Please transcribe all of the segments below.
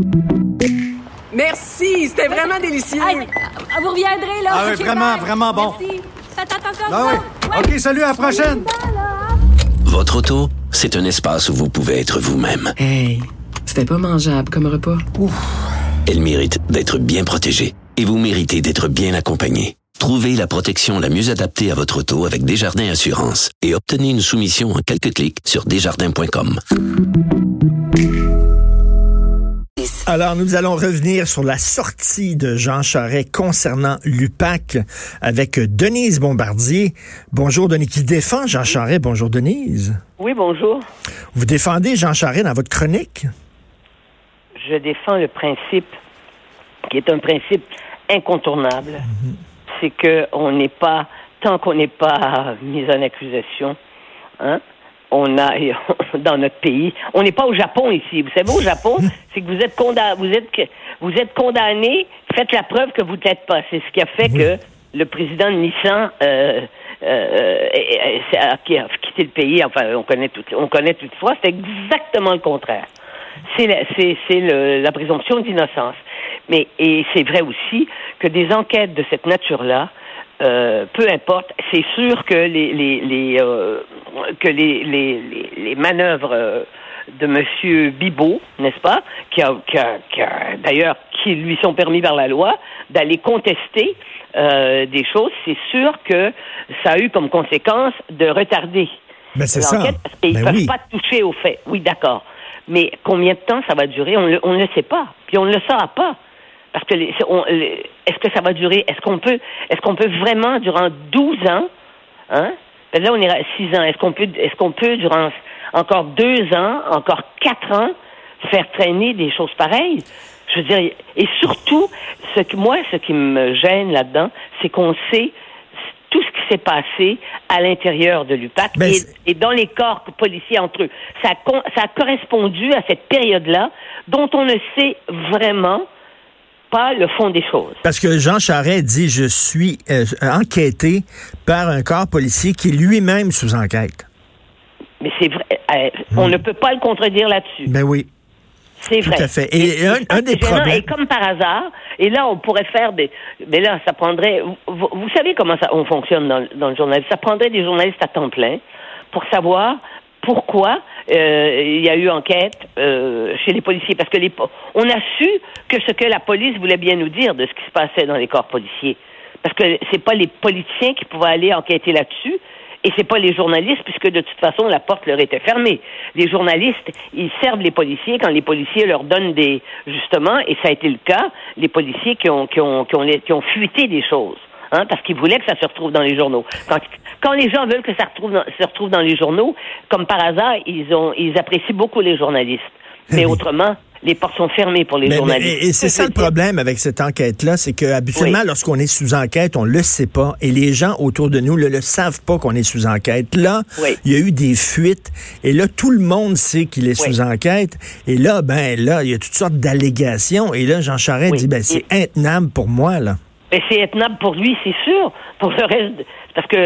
Merci, c'était vraiment délicieux. Hey, vous reviendrez, là. Ah oui, Okay, vraiment, bye. vraiment bon. Merci. Faites attention Ah oui. Ouais. OK, salut, à la prochaine. Votre auto, c'est un espace où vous pouvez être vous-même. Hey, c'était pas mangeable comme repas. Elle mérite d'être bien protégée et vous méritez d'être bien accompagné. Trouvez la protection la mieux adaptée à votre auto avec Desjardins Assurance et obtenez une soumission en quelques clics sur desjardins.com. Alors, nous allons revenir sur la sortie de Jean Charest concernant l'UPAC avec Denise Bombardier. Bonjour, Denise, qui défend Jean Charest. Bonjour, Denise. Oui, bonjour. Vous défendez Jean Charest dans votre chronique? Je défends le principe qui est un principe incontournable. C'est que tant qu'on n'est pas mis en accusation, on a dans notre pays, on n'est pas au Japon ici. Vous savez, au Japon, c'est que vous êtes condamné, faites la preuve que vous ne l'êtes pas. C'est ce qui a fait que le président de Nissan qui a quitté le pays. Enfin, on connaît toute l'histoire. C'est exactement le contraire. C'est la présomption d'innocence. Et c'est vrai aussi que des enquêtes de cette nature-là, peu importe, c'est sûr que les manœuvres de Monsieur Bibeau, n'est-ce pas, qui d'ailleurs qui lui sont permis par la loi d'aller contester des choses, c'est sûr que ça a eu comme conséquence de retarder l'enquête parce qu'ils ne peuvent pas toucher aux faits. Oui, d'accord. Mais combien de temps ça va durer? On ne le sait pas. Puis on ne le saura pas. Parce que est-ce que ça va durer? Est-ce qu'on peut vraiment, durant 12 ans, là on est à 6 ans, est-ce qu'on peut durant encore 2 ans, encore 4 ans, faire traîner des choses pareilles? Je veux dire, et surtout, ce qui me gêne là-dedans, c'est qu'on sait tout ce qui s'est passé à l'intérieur de l'UPAC et dans les corps policiers entre eux. Ça a correspondu à cette période-là dont on ne sait vraiment pas le fond des choses. Parce que Jean Charest dit « Je suis enquêté par un corps policier qui est lui-même sous enquête ». Mais c'est vrai. On ne peut pas le contredire là-dessus. Ben oui. C'est vrai. Tout à fait. Et un des problèmes... Et comme par hasard, et là, on pourrait faire des... Mais là, ça prendrait... Vous savez comment on fonctionne dans le journalisme. Ça prendrait des journalistes à temps plein pour savoir pourquoi il y a eu enquête chez les policiers. Parce que on a su que ce que la police voulait bien nous dire de ce qui se passait dans les corps policiers. Parce que c'est pas les politiciens qui pouvaient aller enquêter là-dessus. Et c'est pas les journalistes, puisque de toute façon, la porte leur était fermée. Les journalistes, ils servent les policiers quand les policiers leur donnent justement, et ça a été le cas, les policiers qui ont fuité des choses. Parce qu'ils voulaient que ça se retrouve dans les journaux. Quand les gens veulent que ça se retrouve dans les journaux, comme par hasard, ils apprécient beaucoup les journalistes. Mais autrement, les portes sont fermées pour les journalistes. Et c'est ça le problème avec cette enquête-là, c'est que habituellement, lorsqu'on est sous enquête, on le sait pas, et les gens autour de nous ne le savent pas qu'on est sous enquête. Là, il y a eu des fuites, et là, tout le monde sait qu'il est sous enquête, et là, il y a toutes sortes d'allégations, et là, Jean Charest dit, c'est intenable pour moi, là. Mais c'est intenable pour lui, c'est sûr. Pour le reste, parce que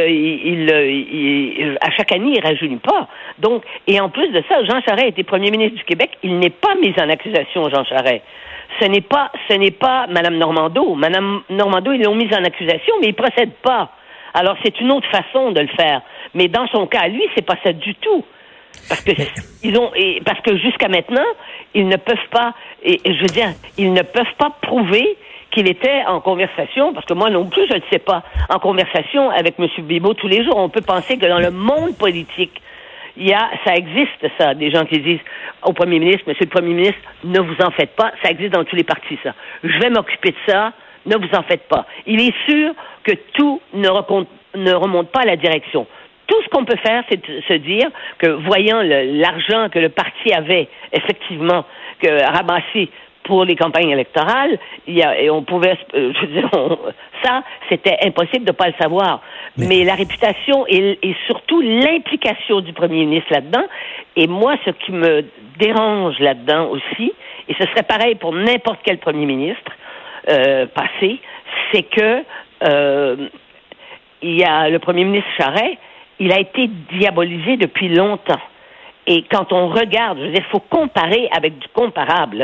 à chaque année, il rajeunit pas. Donc, et en plus de ça, Jean Charest était premier ministre du Québec. Il n'est pas mis en accusation, Jean Charest. Ce n'est pas Mme Normando. Mme Normando, ils l'ont mis en accusation, mais il procède pas. Alors, c'est une autre façon de le faire. Mais dans son cas, lui, c'est pas ça du tout. Parce que parce que jusqu'à maintenant, ils ne peuvent pas, ils ne peuvent pas prouver qu'il était en conversation, parce que moi non plus, je ne sais pas, en conversation avec M. Bibeau tous les jours. On peut penser que dans le monde politique, ça existe, ça, des gens qui disent au premier ministre, Monsieur le Premier ministre, ne vous en faites pas, ça existe dans tous les partis, ça. Je vais m'occuper de ça, ne vous en faites pas. Il est sûr que tout ne remonte pas à la direction. Tout ce qu'on peut faire, c'est se dire que, voyant l'argent que le parti avait, effectivement, ramassé pour les campagnes électorales, et on pouvait, ça, c'était impossible de ne pas le savoir. Mais la réputation et surtout l'implication du premier ministre là-dedans, et moi, ce qui me dérange là-dedans aussi, et ce serait pareil pour n'importe quel premier ministre passé, c'est que il y a le premier ministre Charest, il a été diabolisé depuis longtemps. Et quand on regarde, je veux dire, il faut comparer avec du comparable.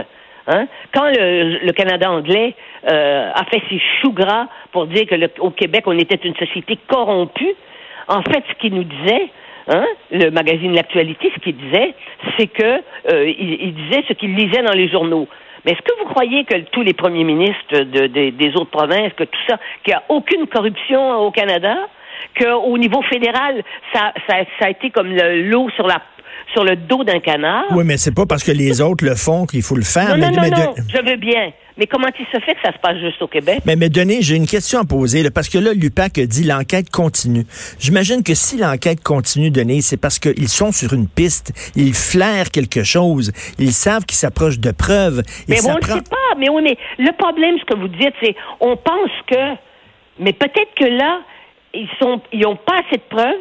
Hein? Quand le Canada anglais a fait ses choux gras pour dire que au Québec, on était une société corrompue, en fait, ce qu'il nous disait, le magazine L'Actualité, ce qu'il disait, c'est que il disait ce qu'il lisait dans les journaux. Mais est-ce que vous croyez que tous les premiers ministres des autres provinces, que tout ça, qu'il n'y a aucune corruption au Canada, qu'au niveau fédéral, ça a été comme l'eau sur le dos d'un canard? Oui, mais c'est pas parce que les autres le font qu'il faut le faire. Non, je veux bien. Mais comment il se fait que ça se passe juste au Québec? Mais Denis, j'ai une question à poser, là, parce que là, l'UPAC a dit l'enquête continue. J'imagine que si l'enquête continue, Denis, c'est parce qu'ils sont sur une piste, ils flairent quelque chose, ils savent qu'ils s'approchent de preuves. Mais on ne sait pas. Mais le problème, ce que vous dites, c'est on pense que... Mais peut-être que là, ils n'ont pas assez de preuves.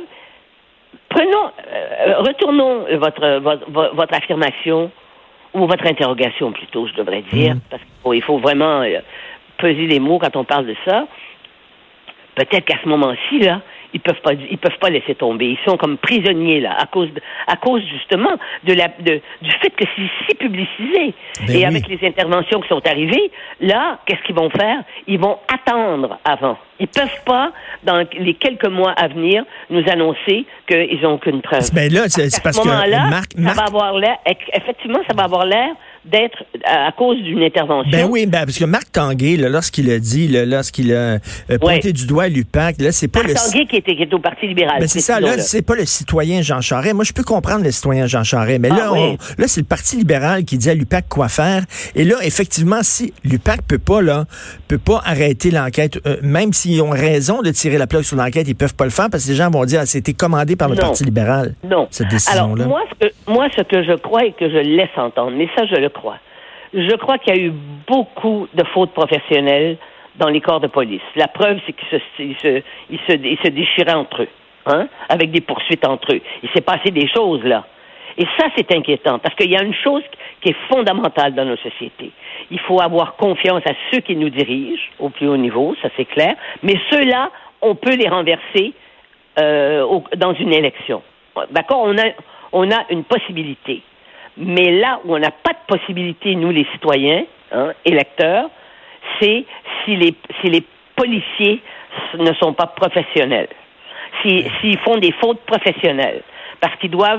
Retournons votre affirmation, ou votre interrogation plutôt, je devrais dire, parce qu'il faut vraiment peser les mots quand on parle de ça. Peut-être qu'à ce moment-ci, là, ils peuvent pas laisser tomber. Ils sont comme prisonniers, là, à cause justement du fait que c'est si publicisé. Et avec les interventions qui sont arrivées, là, qu'est-ce qu'ils vont faire? Ils vont attendre avant. Ils peuvent pas, dans les quelques mois à venir, nous annoncer qu'ils n'ont aucune preuve. Ben là, c'est parce que Marc... ça va avoir l'air, effectivement, ça va avoir l'air d'être à cause d'une intervention. Ben oui, parce que Marc Tanguay, là, lorsqu'il a dit, lorsqu'il a pointé du doigt l'UPAC, là, c'est pas Marc Tanguay qui est au Parti libéral. Ben c'est ça, là, c'est pas le citoyen Jean Charest. Moi, je peux comprendre le citoyen Jean Charest, mais là, c'est le Parti libéral qui dit à l'UPAC quoi faire. Et là, effectivement, si l'UPAC peut pas arrêter l'enquête, même s'ils ont raison de tirer la plug sur l'enquête, ils peuvent pas le faire parce que les gens vont dire, c'était commandé par le Parti libéral. Non. Cette décision-là. Alors, moi, ce que je crois et que je laisse entendre, mais ça, je le crois. Je crois qu'il y a eu beaucoup de fautes professionnelles dans les corps de police. La preuve, c'est qu'ils se déchiraient entre eux, avec des poursuites entre eux. Il s'est passé des choses, là. Et ça, c'est inquiétant, parce qu'il y a une chose qui est fondamentale dans nos sociétés. Il faut avoir confiance à ceux qui nous dirigent au plus haut niveau, ça c'est clair, mais ceux-là, on peut les renverser dans une élection. D'accord? On a une possibilité. Mais là où on n'a pas de possibilité, nous les citoyens, électeurs, c'est si les policiers ne sont pas professionnels. S'ils font des fautes professionnelles. Parce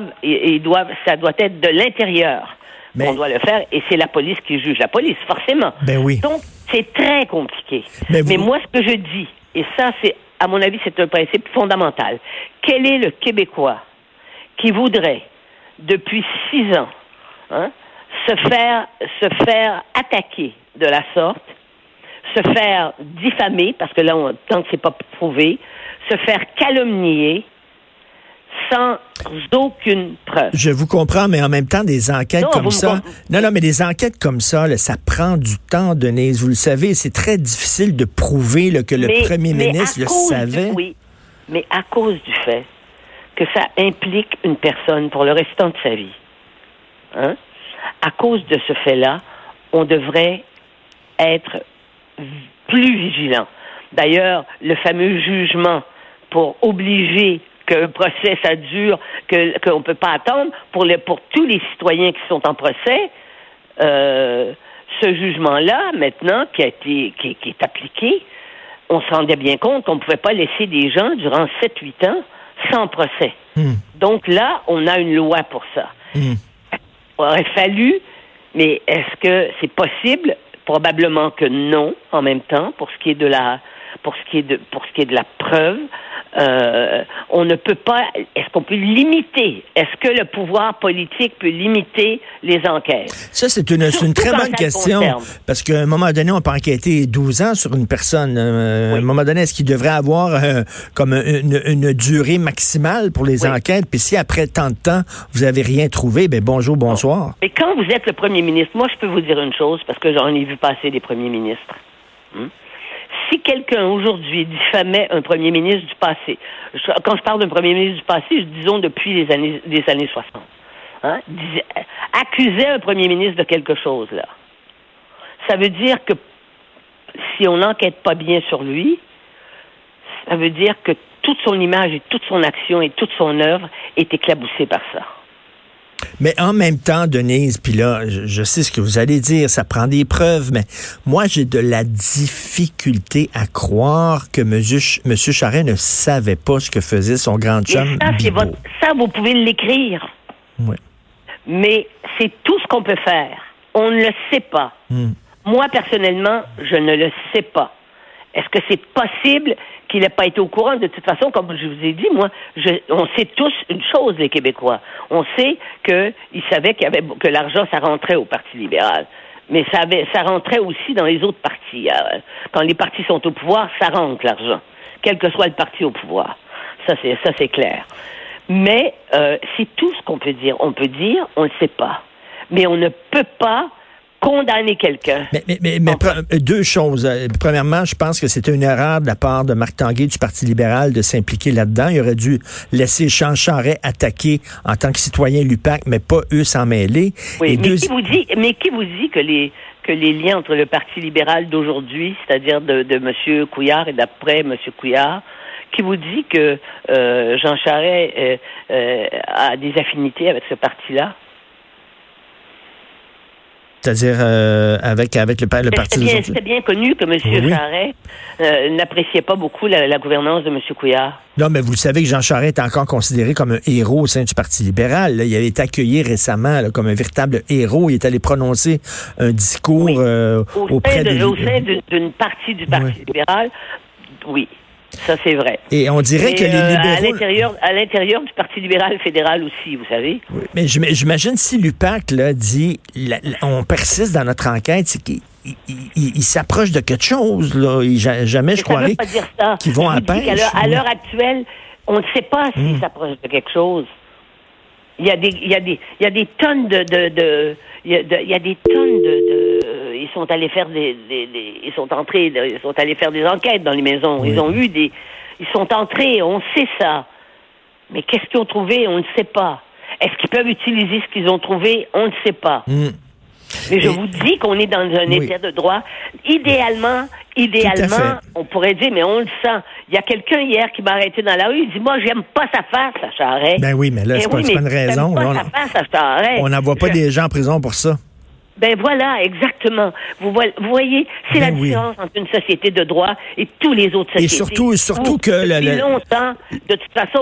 ça doit être de l'intérieur qu'on doit le faire, et c'est la police qui juge la police, forcément. Ben oui. Donc, c'est très compliqué. Mais moi, ce que je dis, et ça, à mon avis, c'est un principe fondamental. Quel est le Québécois qui voudrait, depuis 6 ans, se faire attaquer de la sorte, se faire diffamer, parce que là, tant que c'est pas prouvé, se faire calomnier, sans aucune preuve. Je vous comprends, mais en même temps, des enquêtes comme ça... Non, mais des enquêtes comme ça, là, ça prend du temps, Denise. Vous le savez, c'est très difficile de prouver que le premier ministre le savait. Oui, mais à cause du fait que ça implique une personne pour le restant de sa vie. À cause de ce fait-là, on devrait être plus vigilant. D'ailleurs, le fameux jugement pour obliger qu'un procès, ça dure, qu'on ne peut pas attendre, pour tous les citoyens qui sont en procès, ce jugement-là, maintenant, qui est appliqué, on se rendait bien compte qu'on ne pouvait pas laisser des gens durant 7-8 ans sans procès. Donc là, on a une loi pour ça. Il aurait fallu, mais est-ce que c'est possible? Probablement que non, en même temps, pour ce qui est de la preuve. On ne peut pas... Est-ce qu'on peut limiter? Est-ce que le pouvoir politique peut limiter les enquêtes? Ça, c'est une très bonne question. Parce qu'à un moment donné, on peut enquêter 12 ans sur une personne. À un moment donné, est-ce qu'il devrait avoir comme une durée maximale pour les enquêtes? Puis si après tant de temps, vous n'avez rien trouvé, ben bonjour, bonsoir. Mais quand vous êtes le premier ministre, moi, je peux vous dire une chose, parce que j'en ai vu passer des premiers ministres. Si quelqu'un aujourd'hui diffamait un premier ministre du passé, quand je parle d'un premier ministre du passé, disons depuis les années 60, accusait un premier ministre de quelque chose, là, ça veut dire que si on n'enquête pas bien sur lui, ça veut dire que toute son image et toute son action et toute son œuvre est éclaboussée par ça. Mais en même temps, Denise, puis là, je sais ce que vous allez dire, ça prend des preuves, mais moi, j'ai de la difficulté à croire que M. Charest ne savait pas ce que faisait son grand chum Bibeau. Ça, vous pouvez l'écrire. Oui. Mais c'est tout ce qu'on peut faire. On ne le sait pas. Moi, personnellement, je ne le sais pas. Est-ce que c'est possible qu'il n'ait pas été au courant? De toute façon, comme je vous ai dit, on sait tous une chose, les Québécois. On sait qu'ils savaient que l'argent, ça rentrait au Parti libéral. Mais ça rentrait aussi dans les autres partis. Quand les partis sont au pouvoir, ça rentre, l'argent. Quel que soit le parti au pouvoir. Ça, c'est clair. Mais c'est tout ce qu'on peut dire. On peut dire, on ne sait pas. Mais on ne peut pas condamner quelqu'un. Mais deux choses. Premièrement, je pense que c'était une erreur de la part de Marc Tanguay du Parti libéral de s'impliquer là-dedans. Il aurait dû laisser Jean Charest attaquer en tant que citoyen l'UPAC, mais pas eux s'en mêler. Oui, qui vous dit que les liens entre le Parti libéral d'aujourd'hui, c'est-à-dire de M. Couillard et d'après M. Couillard, qui vous dit que Jean Charest a des affinités avec ce parti-là? C'est-à-dire avec le parti d'aujourd'hui. C'était bien connu que M. Charest n'appréciait pas beaucoup la gouvernance de M. Couillard. Non, mais vous savez que Jean Charest est encore considéré comme un héros au sein du Parti libéral. Là, il avait été accueilli récemment comme un véritable héros. Il est allé prononcer un discours auprès au sein d'une partie du Parti libéral. Oui. Ça, c'est vrai. Et on dirait que les libéraux... À l'intérieur du Parti libéral fédéral aussi, vous savez. Oui, mais j'imagine si l'UPAC là, dit on persiste dans notre enquête, c'est qu'il s'approche de quelque chose. Là. Jamais je croirais qu'ils vont à pêche. À l'heure actuelle, on ne sait pas s'ils s'approchent de quelque chose. Il y a des tonnes ils sont allés faire ils sont allés faire des enquêtes dans les maisons. Oui. Ils sont entrés, on sait ça. Mais qu'est-ce qu'ils ont trouvé? On ne sait pas. Est-ce qu'ils peuvent utiliser ce qu'ils ont trouvé? On ne sait pas. Mais je vous dis qu'on est dans un état de droit. Idéalement, on pourrait dire, mais on le sent. Il y a quelqu'un hier qui m'a arrêté dans la rue, il dit, moi, j'aime pas sa face à Charest. Ben oui, mais là, c'est pas une raison. On n'envoie pas des gens en prison pour ça. Ben voilà, exactement. Vous voyez, c'est la différence entre une société de droit et tous les autres sociétés. Et surtout que... Depuis longtemps, de toute façon,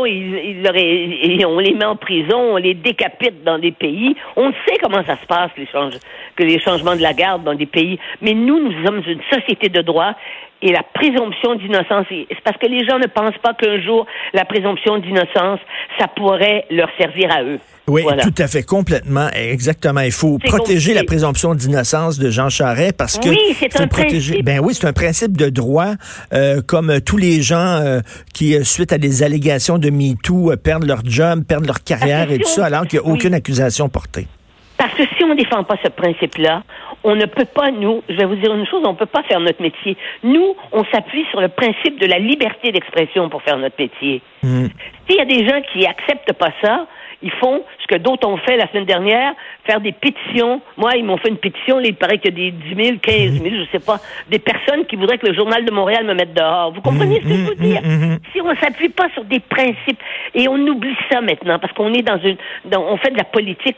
on les met en prison, on les décapite dans des pays. On sait comment ça se passe, les changements de la garde dans des pays. Mais nous sommes une société de droit. Et la présomption d'innocence, c'est parce que les gens ne pensent pas qu'un jour, la présomption d'innocence, ça pourrait leur servir à eux. Oui, voilà. Tout à fait, complètement, exactement. Il faut protéger la présomption d'innocence de Jean Charest parce que... Oui, c'est un principe. Ben oui, c'est un principe de droit, comme tous les gens qui, suite à des allégations de MeToo, perdent leur job, perdent leur carrière et tout ça, alors qu'il n'y a aucune accusation portée. Parce que si on ne défend pas ce principe-là, on ne peut pas, je vais vous dire une chose, on ne peut pas faire notre métier. Nous, on s'appuie sur le principe de la liberté d'expression pour faire notre métier. S'il y a des gens qui acceptent pas ça, ils font ce que d'autres ont fait la semaine dernière, faire des pétitions. Moi, ils m'ont fait une pétition, il paraît qu'il y a des 10 000, 15 000, je sais pas, des personnes qui voudraient que le Journal de Montréal me mette dehors. Vous comprenez ce que je veux dire? Si on s'appuie pas sur des principes, et on oublie ça maintenant, parce qu'on est on fait de la politique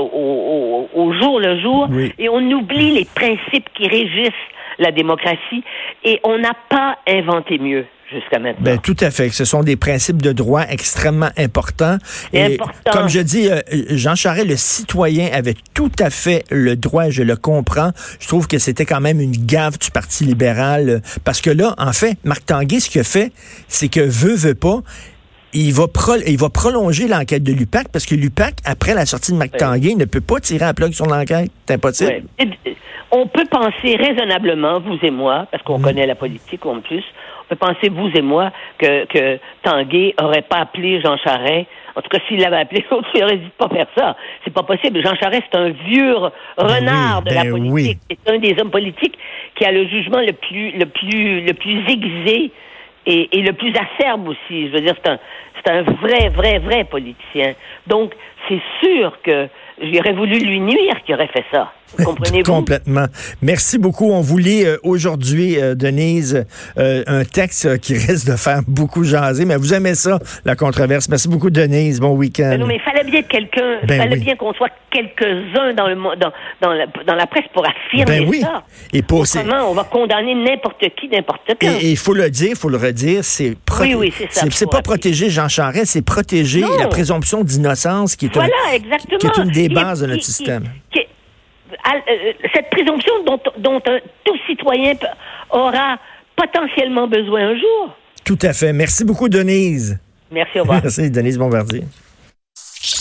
au jour le jour, et on oublie les principes qui régissent la démocratie, et on n'a pas inventé mieux jusqu'à maintenant. Ben, tout à fait. Ce sont des principes de droit extrêmement importants. Et comme je dis, Jean Charest, le citoyen, avait tout à fait le droit, je le comprends. Je trouve que c'était quand même une gaffe du Parti libéral. Parce que là, en fait, Marc Tanguay, ce qu'il a fait, c'est que veut pas, il va prolonger l'enquête de l'UPAC parce que l'UPAC, après la sortie de Marc Tanguay, ne peut pas tirer à plug sur l'enquête. C'est impossible. On peut penser raisonnablement, vous et moi, parce qu'on connaît la politique en plus, on peut penser, vous et moi, que Tanguay aurait pas appelé Jean Charest. En tout cas, s'il l'avait appelé, il aurait dit pas faire ça. C'est pas possible. Jean Charest, c'est un vieux renard de la politique. C'est un des hommes politiques qui a le jugement le plus aiguisé et le plus acerbe aussi. Je veux dire, c'est un vrai politicien. Donc, c'est sûr que j'aurais voulu lui nuire qu'il aurait fait ça. Comprenez-vous? Complètement. Merci beaucoup. On vous lit aujourd'hui, Denise, un texte qui risque de faire beaucoup jaser, mais vous aimez ça, la controverse. Merci beaucoup, Denise. Bon week-end. Mais non, mais il fallait bien quelqu'un, bien qu'on soit quelques-uns dans la presse pour affirmer ça. Et autrement, on va condamner n'importe qui, n'importe quand. Et il faut le dire, il faut le redire, c'est c'est ça. C'est pas protéger Jean Charest, c'est protéger la présomption d'innocence qui est, exactement. Qui est une des bases de notre système. Cette présomption dont tout citoyen aura potentiellement besoin un jour. Tout à fait. Merci beaucoup, Denise. Merci, au revoir. Merci, Denise Bombardier.